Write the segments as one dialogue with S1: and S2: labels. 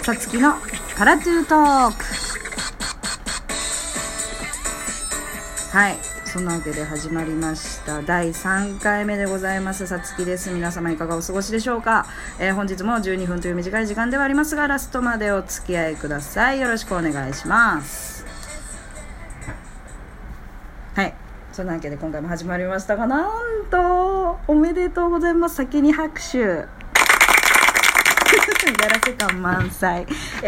S1: さつきのパラトゥートーク。はい、そんなわけで始まりました第3回目でございます。さつきです。皆様いかがお過ごしでしょうか。本日も12分という短い時間ではありますが、ラストまでお付き合いください。よろしくお願いします。はい、そんなわけで今回も始まりましたが、なんとおめでとうございます。先に拍手やらせ感満載。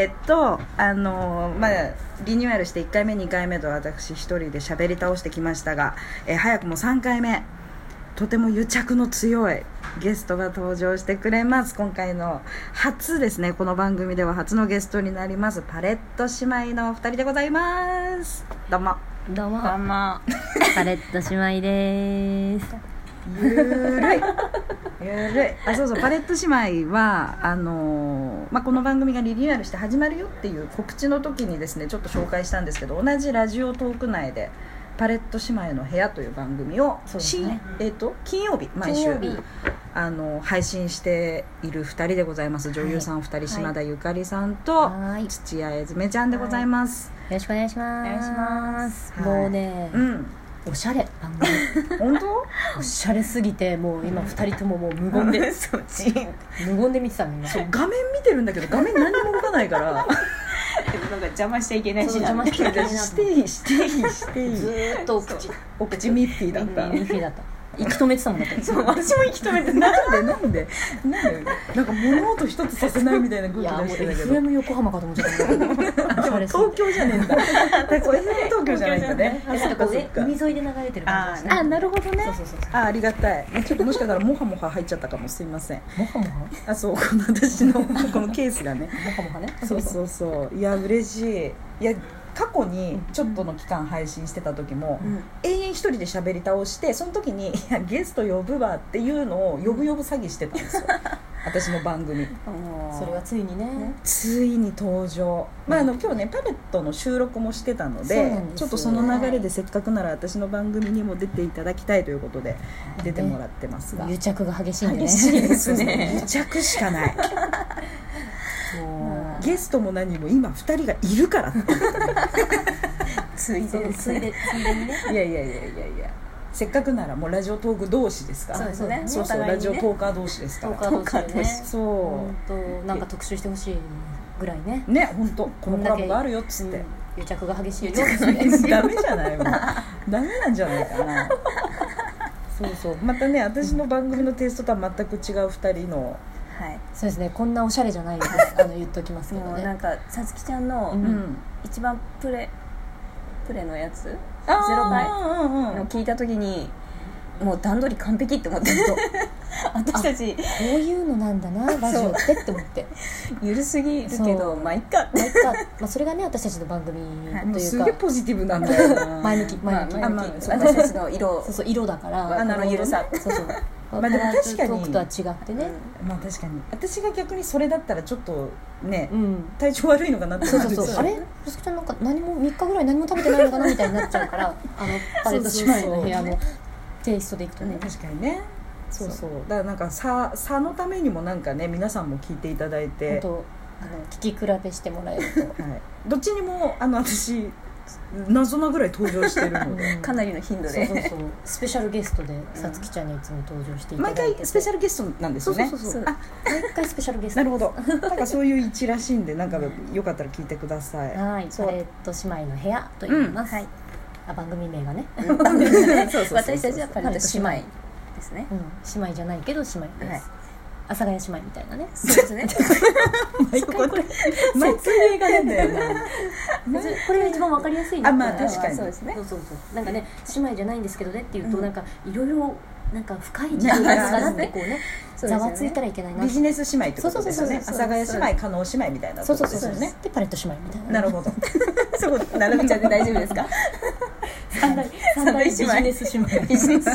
S1: リニューアルして1回目2回目と私一人で喋り倒してきましたが、早くも3回目、とても癒着の強いゲストが登場してくれます。今回の初ですね、この番組では初のゲストになりますパレット姉妹のお二人でございます。どうも
S2: どうもパレット姉妹です。
S1: ゆるいそうそう、パレット姉妹はこの番組がリニューアルして始まるよっていう告知の時にですね、ちょっと紹介したんですけど、同じラジオトーク内でパレット姉妹の部屋という番組を、金曜日毎週配信している2人でございます。女優さん2人、島田ゆかりさんと土屋えずめちゃんでございます。
S2: よろしくお願いします。もうね、おしゃれ番組
S1: 本当
S2: おしゃれすぎて、もう今2人とももう無言で無言で見てたの今。
S1: そう画面見てるんだけど、画面何も動かないからなんか邪魔しちゃいけないし、
S2: 邪魔しちゃいけないな
S1: していいず
S2: ーっと
S1: お口ミッフィーだった。
S2: ミッフィーだった。息止めてたもんだって。
S1: そう、私も息止めて、なんでなんか物音一つさせないみたいな空気出してたけど、
S2: いやもう FM 横浜かと思っちゃったけど
S1: 東京じゃねえんだ東京じゃないんだね。
S2: 海沿いで流れてる感じですね。
S1: なるほどね。
S2: そう
S1: ありがたい。ちょっともしかしたらモハモハ入っちゃったかも。すいません。
S2: モハモハ
S1: そう、この私のこのケースがね
S2: モハモハね。
S1: そういや嬉しい。いや過去にちょっとの期間配信してた時も、永遠一人で喋り倒して、その時にいやゲスト呼ぶわっていうのを呼ぶ詐欺してたんですよ私の番組。
S2: それがついにね、
S1: ついに登場。今日ねパレットの収録もしてたので、ちょっとその流れでせっかくなら私の番組にも出ていただきたいということで出てもらってますが、
S2: 癒着が激しいんでね。
S1: 激しいですね。癒着しかないゲストも何も今2人がいるからってついでにね。いやせっかくならもうラジオトーク同士ですから。
S2: そうですね。
S1: そうラジオトーカー同士ですから。
S2: トーカー同士ね。
S1: そう
S2: なんか特集してほしいぐらいね。
S1: 本当このコラボがあるよっつって。
S2: 癒着が激しいよ。
S1: ダメじゃないもん。ダメなんじゃないかな。そうまたね、私の番組のテイストとは全く違う2人の。
S2: はい、そうですね。こんなおしゃれじゃないです言っときますけどね。
S3: なんかさつきちゃんの一番プレのやつ、ゼロ回の聞いた時にもう段取り完璧って思って私たち
S2: こういうのなんだなラジオって思って
S3: ゆるすぎるけどまあいっか
S2: それがね私たちの番組というか、
S1: すげえポジティブなんだよな
S2: 前向き
S3: 私たちの
S2: 色だから
S3: このゆるさ。
S1: でも確かに
S2: トークとは違ってね、
S1: 確かに私が逆にそれだったらちょっとね、体調悪いのかなって。
S2: あれさつきちゃんなんか何も3日ぐらい何も食べてないのかなみたいになっちゃうからパレット姉妹の部屋のテイストでいくとね。
S1: 確かにね。そうだからなんか差のためにもなんかね、皆さんも聞いていただいて、
S2: 聞き比べしてもらえると、
S1: どっちにも私謎なぐらい登場してるので
S3: かなりの頻度で
S2: そうスペシャルゲストでさつきちゃんにいつも登場していただいて、
S1: 毎回スペシャルゲストなんですよね。
S2: 毎回スペシャルゲスト。
S1: なるほど。なんかそういう位置らしいんで、なんかよかったら聞いてください。
S2: パレット姉妹の部屋と言います。番組名がね。
S3: 私たちはパレット姉妹ですね。
S2: 姉妹じゃないけど姉妹です。阿佐ヶ谷姉妹みたいなね。
S3: そうですね。
S1: 毎回映画なんだよな。
S2: これが一番わかりやすい。
S1: 確かに。
S3: そうですね。
S2: そうなんかね、姉妹じゃないんですけどねっていうと、なんかいろいろなんか深い事情があってこうね、ざわついたらいけないな。
S1: ビジネス姉妹ってことですよね。阿佐ヶ谷姉妹、加納姉妹みたいなことですよね。
S2: でパレット姉妹みたいな。
S1: なるほど。
S3: そうなるみちゃんで大丈夫ですか？
S2: 三大ビジネス姉妹。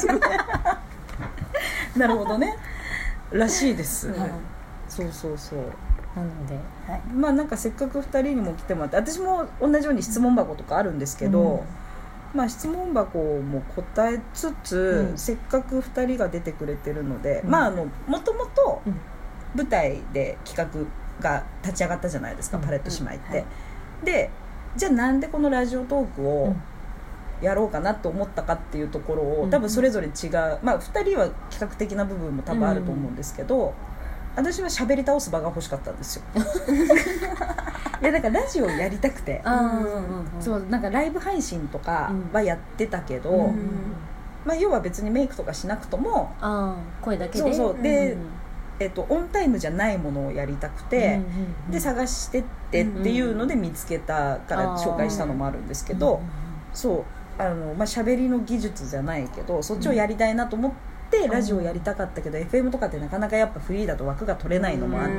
S1: なるほどね。らしいです。そう
S2: なので、
S1: なんかせっかく2人にも来てもらって、私も同じように質問箱とかあるんですけど、質問箱も答えつつ、せっかく2人が出てくれてるので、もともと舞台で企画が立ち上がったじゃないですか、パレット姉妹って、
S3: はい
S1: でじゃあなんでこのラジオトークをやろうかなと思ったかっていうところを多分それぞれ違う、まあ、2人は企画的な部分も多分あると思うんですけど、私は喋り倒す場が欲しかったんですよでだからラジオやりたくて、そうなんかライブ配信とかはやってたけど、まあ、要は別にメイクとかしなくとも
S2: 声だけで
S1: そうで、オンタイムじゃないものをやりたくて、で探してってっていうので見つけたから紹介したのもあるんですけど、そうまあ、喋りの技術じゃないけどそっちをやりたいなと思ってラジオやりたかったけど、FM とかってなかなかやっぱフリーだと枠が取れないのもあって、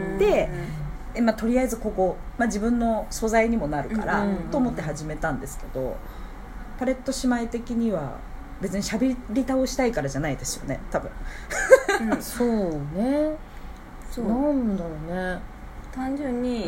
S1: まあ、とりあえずここ、まあ、自分の素材にもなるからと思って始めたんですけど、パレット姉妹的には別に喋り倒したいからじゃないですよね多分
S2: そうね、そうなんだろうね、
S3: 単純に、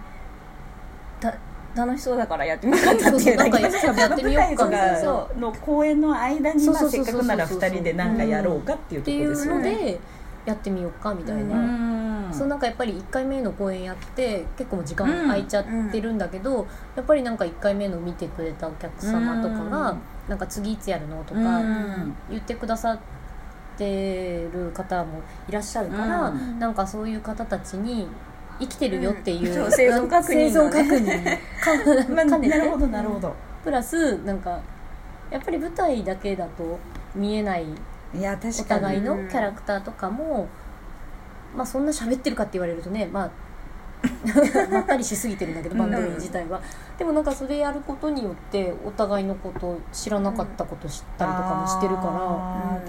S3: 楽しそうだからやってみようかったっていうだけで、
S2: やってみようかみたいな
S1: の公演の間に、まあ、せっかくなら2人で何かやろうかっていうところですよね、
S2: っていうのでやってみようかみたいな、そうなんかやっぱり1回目の公演やって結構もう時間空いちゃってるんだけど、やっぱりなんか1回目の見てくれたお客様とかがなんか次いつやるのとか言ってくださってる方もいらっしゃるから、なんかそういう方たちに生きてるよっていう、
S3: 生存確認
S2: 兼ねて、
S1: なるほどなるほど、
S2: プラスなんかやっぱり舞台だけだと見えないお互いのキャラクターとかも、まあそんな喋ってるかって言われるとね、まあまったりしすぎてるんだけど番組自体は、でもなんかそれやることによってお互いのこと知らなかったこと知ったりとかもしてるから、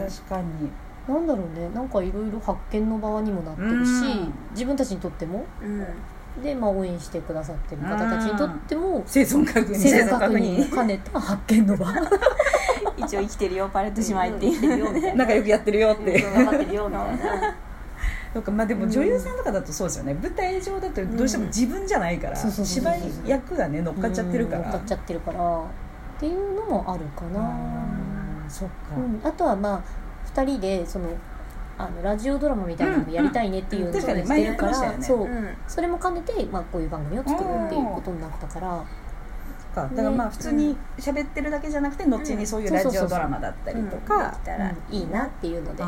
S1: 確かに
S2: なんだろうね、なんかいろいろ発見の場にもなってるし、自分たちにとっても、で、まあ、応援してくださってる方たちにとっても
S1: 生存確認
S2: を兼ねた発見の場
S3: 一応生きてるよパレット姉妹っていう
S1: 仲良くやってるよって
S2: 分かってるよみたいな
S1: とか、まあ、でも女優さんとかだとそうですよね、舞台上だとどうしても自分じゃないから、芝居役がね乗っかっちゃってるから、
S2: 乗っかっちゃってるからっていうのもあるかな。
S1: そっか、
S2: あとはまあ2人でラジオドラマみたいなのをやりたいねっていうのをしてるから、それも兼ねて、まあ、こういう番組を作るっていうことになったから、
S1: だからまあ普通に喋ってるだけじゃなくて、後にそういうラジオドラマだったりとか
S2: いいなっていうので、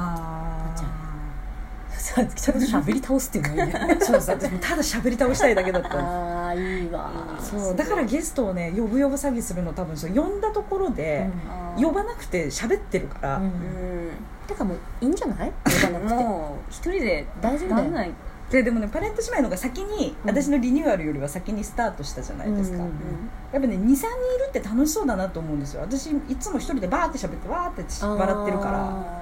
S2: ちょっと喋り倒すっていうのはいいね
S1: そうです、私もただ喋り倒したいだけだった
S2: あーいいわ、
S1: そうだからゲストをね呼ぶ詐欺するの多分そう呼んだところで、呼ばなくて喋ってるから、
S2: てかもういいんじゃない、呼ばなくて
S3: もう一人で
S2: 大丈夫だよね。
S1: でもねパレット姉妹の方が先に、私のリニューアルよりは先にスタートしたじゃないですか、やっぱね 2,3 人いるって楽しそうだなと思うんですよ。私いつも一人でバーって喋ってわーって笑ってるから。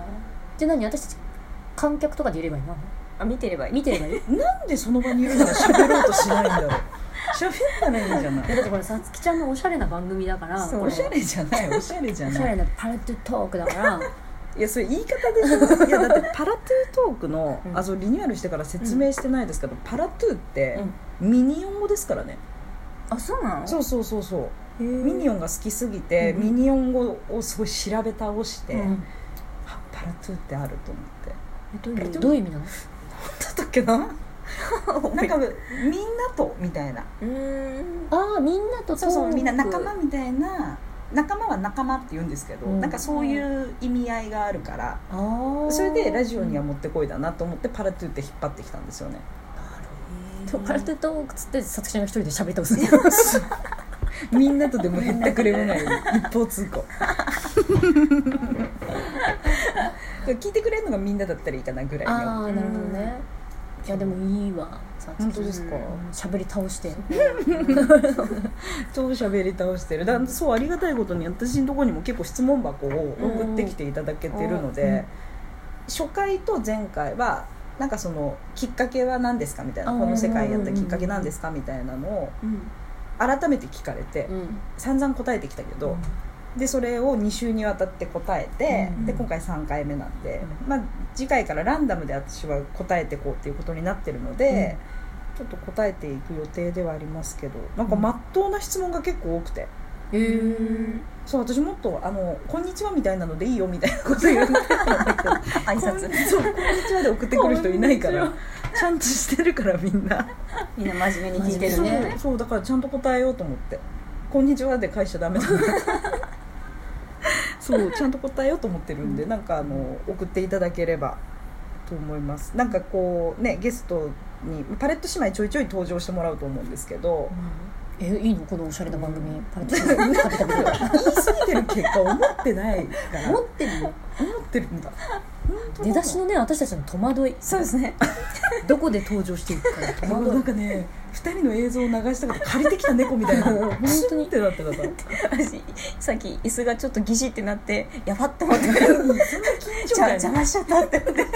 S2: じゃあ何、私たち観客とかでいればいいの？
S3: 見てればいい
S1: なんでその場にいるなら喋ろうとしないんだろう喋ったらいいんじゃない。
S2: だってこれさつきちゃんのおしゃれな番組だから、
S1: おしゃれじゃないおしゃれじゃない、
S2: おしゃれなパレットトークだから
S1: いやそれ言い方でしょいやだってパラトゥートークの、そうリニューアルしてから説明してないですけど、パラトゥーってミニオン語ですからね。
S3: あ、そうなの？
S1: そうミニオンが好きすぎて、ミニオン語をすごい調べ倒して、パラトゥーってあると思って。
S2: どういう意味なの？
S1: 何だったっけななんかみんなとみたいな、
S2: みんなと
S1: そうみんな仲間みたいな、仲間は仲間って言うんですけど、なんかそういう意味合いがあるから、それでラジオにはもってこいだなと思ってパラトゥーって引っ張ってきたんですよね。
S2: パラトゥートークつってさつきちゃんが一人で喋ってほしい
S1: みんなとでも減ったくれもない一方通行聞いてくれるのがみんなだったらいいかなぐらいの。
S2: なるほどね。いやでもいいわ。
S1: 本当ですか？
S2: 喋り倒して
S1: 超喋り倒してる。だからそうありがたいことに私のところにも結構質問箱を送ってきていただけてるので、初回と前回はなんかそのきっかけは何ですかみたいな、この世界やったきっかけ何ですかみたいなのを改めて聞かれて、散々答えてきたけど、でそれを2週にわたって答えて、で今回3回目なんで、まあ、次回からランダムで私は答えていこうっていうことになってるので、ちょっと答えていく予定ではありますけど、なんか真っ当な質問が結構多くて、そう私もっとこんにちはみたいなのでいいよみたいなこと言ってたんだけど
S3: 挨拶
S1: そうこんにちはで送ってくる人いないからちゃんとしてるからみんな
S3: みんな真面目に聞いてるね。
S1: そうだからちゃんと答えようと思って、こんにちはで返しちゃダメだなそうちゃんと答えようと思ってるんで、なんか送っていただければと思います。なんかこうね、ゲストにパレット姉妹ちょいちょい登場してもらうと思うんですけど、
S2: いいのこのおしゃれな番組、パレット姉妹食べたけど
S1: 言い過ぎてる結果思ってないから
S2: 思ってるよ、
S1: 思ってるんだ。
S2: 出だしのね、私たちの戸惑い、
S3: そうですね。
S2: どこで登場していくか戸惑い。
S1: なんかね、2人の映像を流したから借りてきた猫みたいな本当にってなってたさ
S3: 私さっき椅子がちょっとギシってなってやばって思って邪魔しちゃったって思って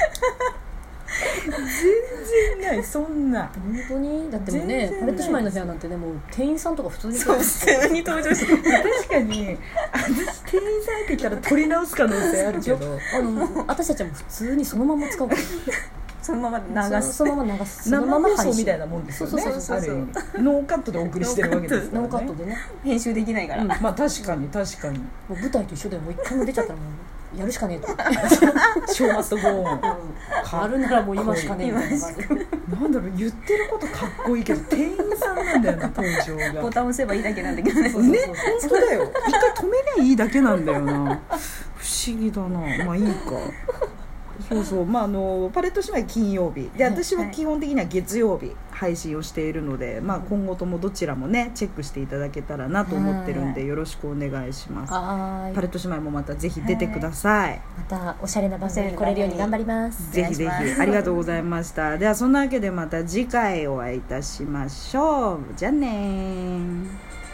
S1: 全然ないそんな。
S2: 本当にだってもうね、パレット姉妹の部屋なんてね、もう店員さんとか普通に
S3: そう普通に登場して
S1: 確かに私店員さんって言ったら取り直す可能性あるけど
S2: 私たちはもう普通にそのまま使うから
S3: そのまま流す、
S2: そのまま流す、そのま
S1: 生
S2: ま配信
S1: 放送みたいなもんですよね。
S3: そう
S1: ある意味ノーカットでお送りしてるわけですからね。
S2: ノーカットでね、
S3: 編集できないから、
S1: まあ確かに確かに
S2: もう舞台と一緒でもう一回も出ちゃったらもうやるしかねえと
S1: ショーマストゴーン
S2: やるならもう今しかねえみたいな感じ
S1: なんだろう、言ってることかっこいいけど店員さんなんだよな、登場が。
S3: ボタン押せばいいだけなんだけどね。
S1: ね、本当だよ。一回止めりゃいいだけなんだよな。不思議だな。まあいいか。そうそう、まあパレット姉妹金曜日で、私は基本的には月曜日配信をしているので、まあ今後ともどちらもねチェックしていただけたらなと思ってるんで、よろしくお願いします。パレット姉妹もまたぜひ出てください。
S2: またおしゃれな番組に来れるように頑張ります。
S1: ぜひぜひありがとうございました。ではそんなわけでまた次回お会いいたしましょう。じゃあねー。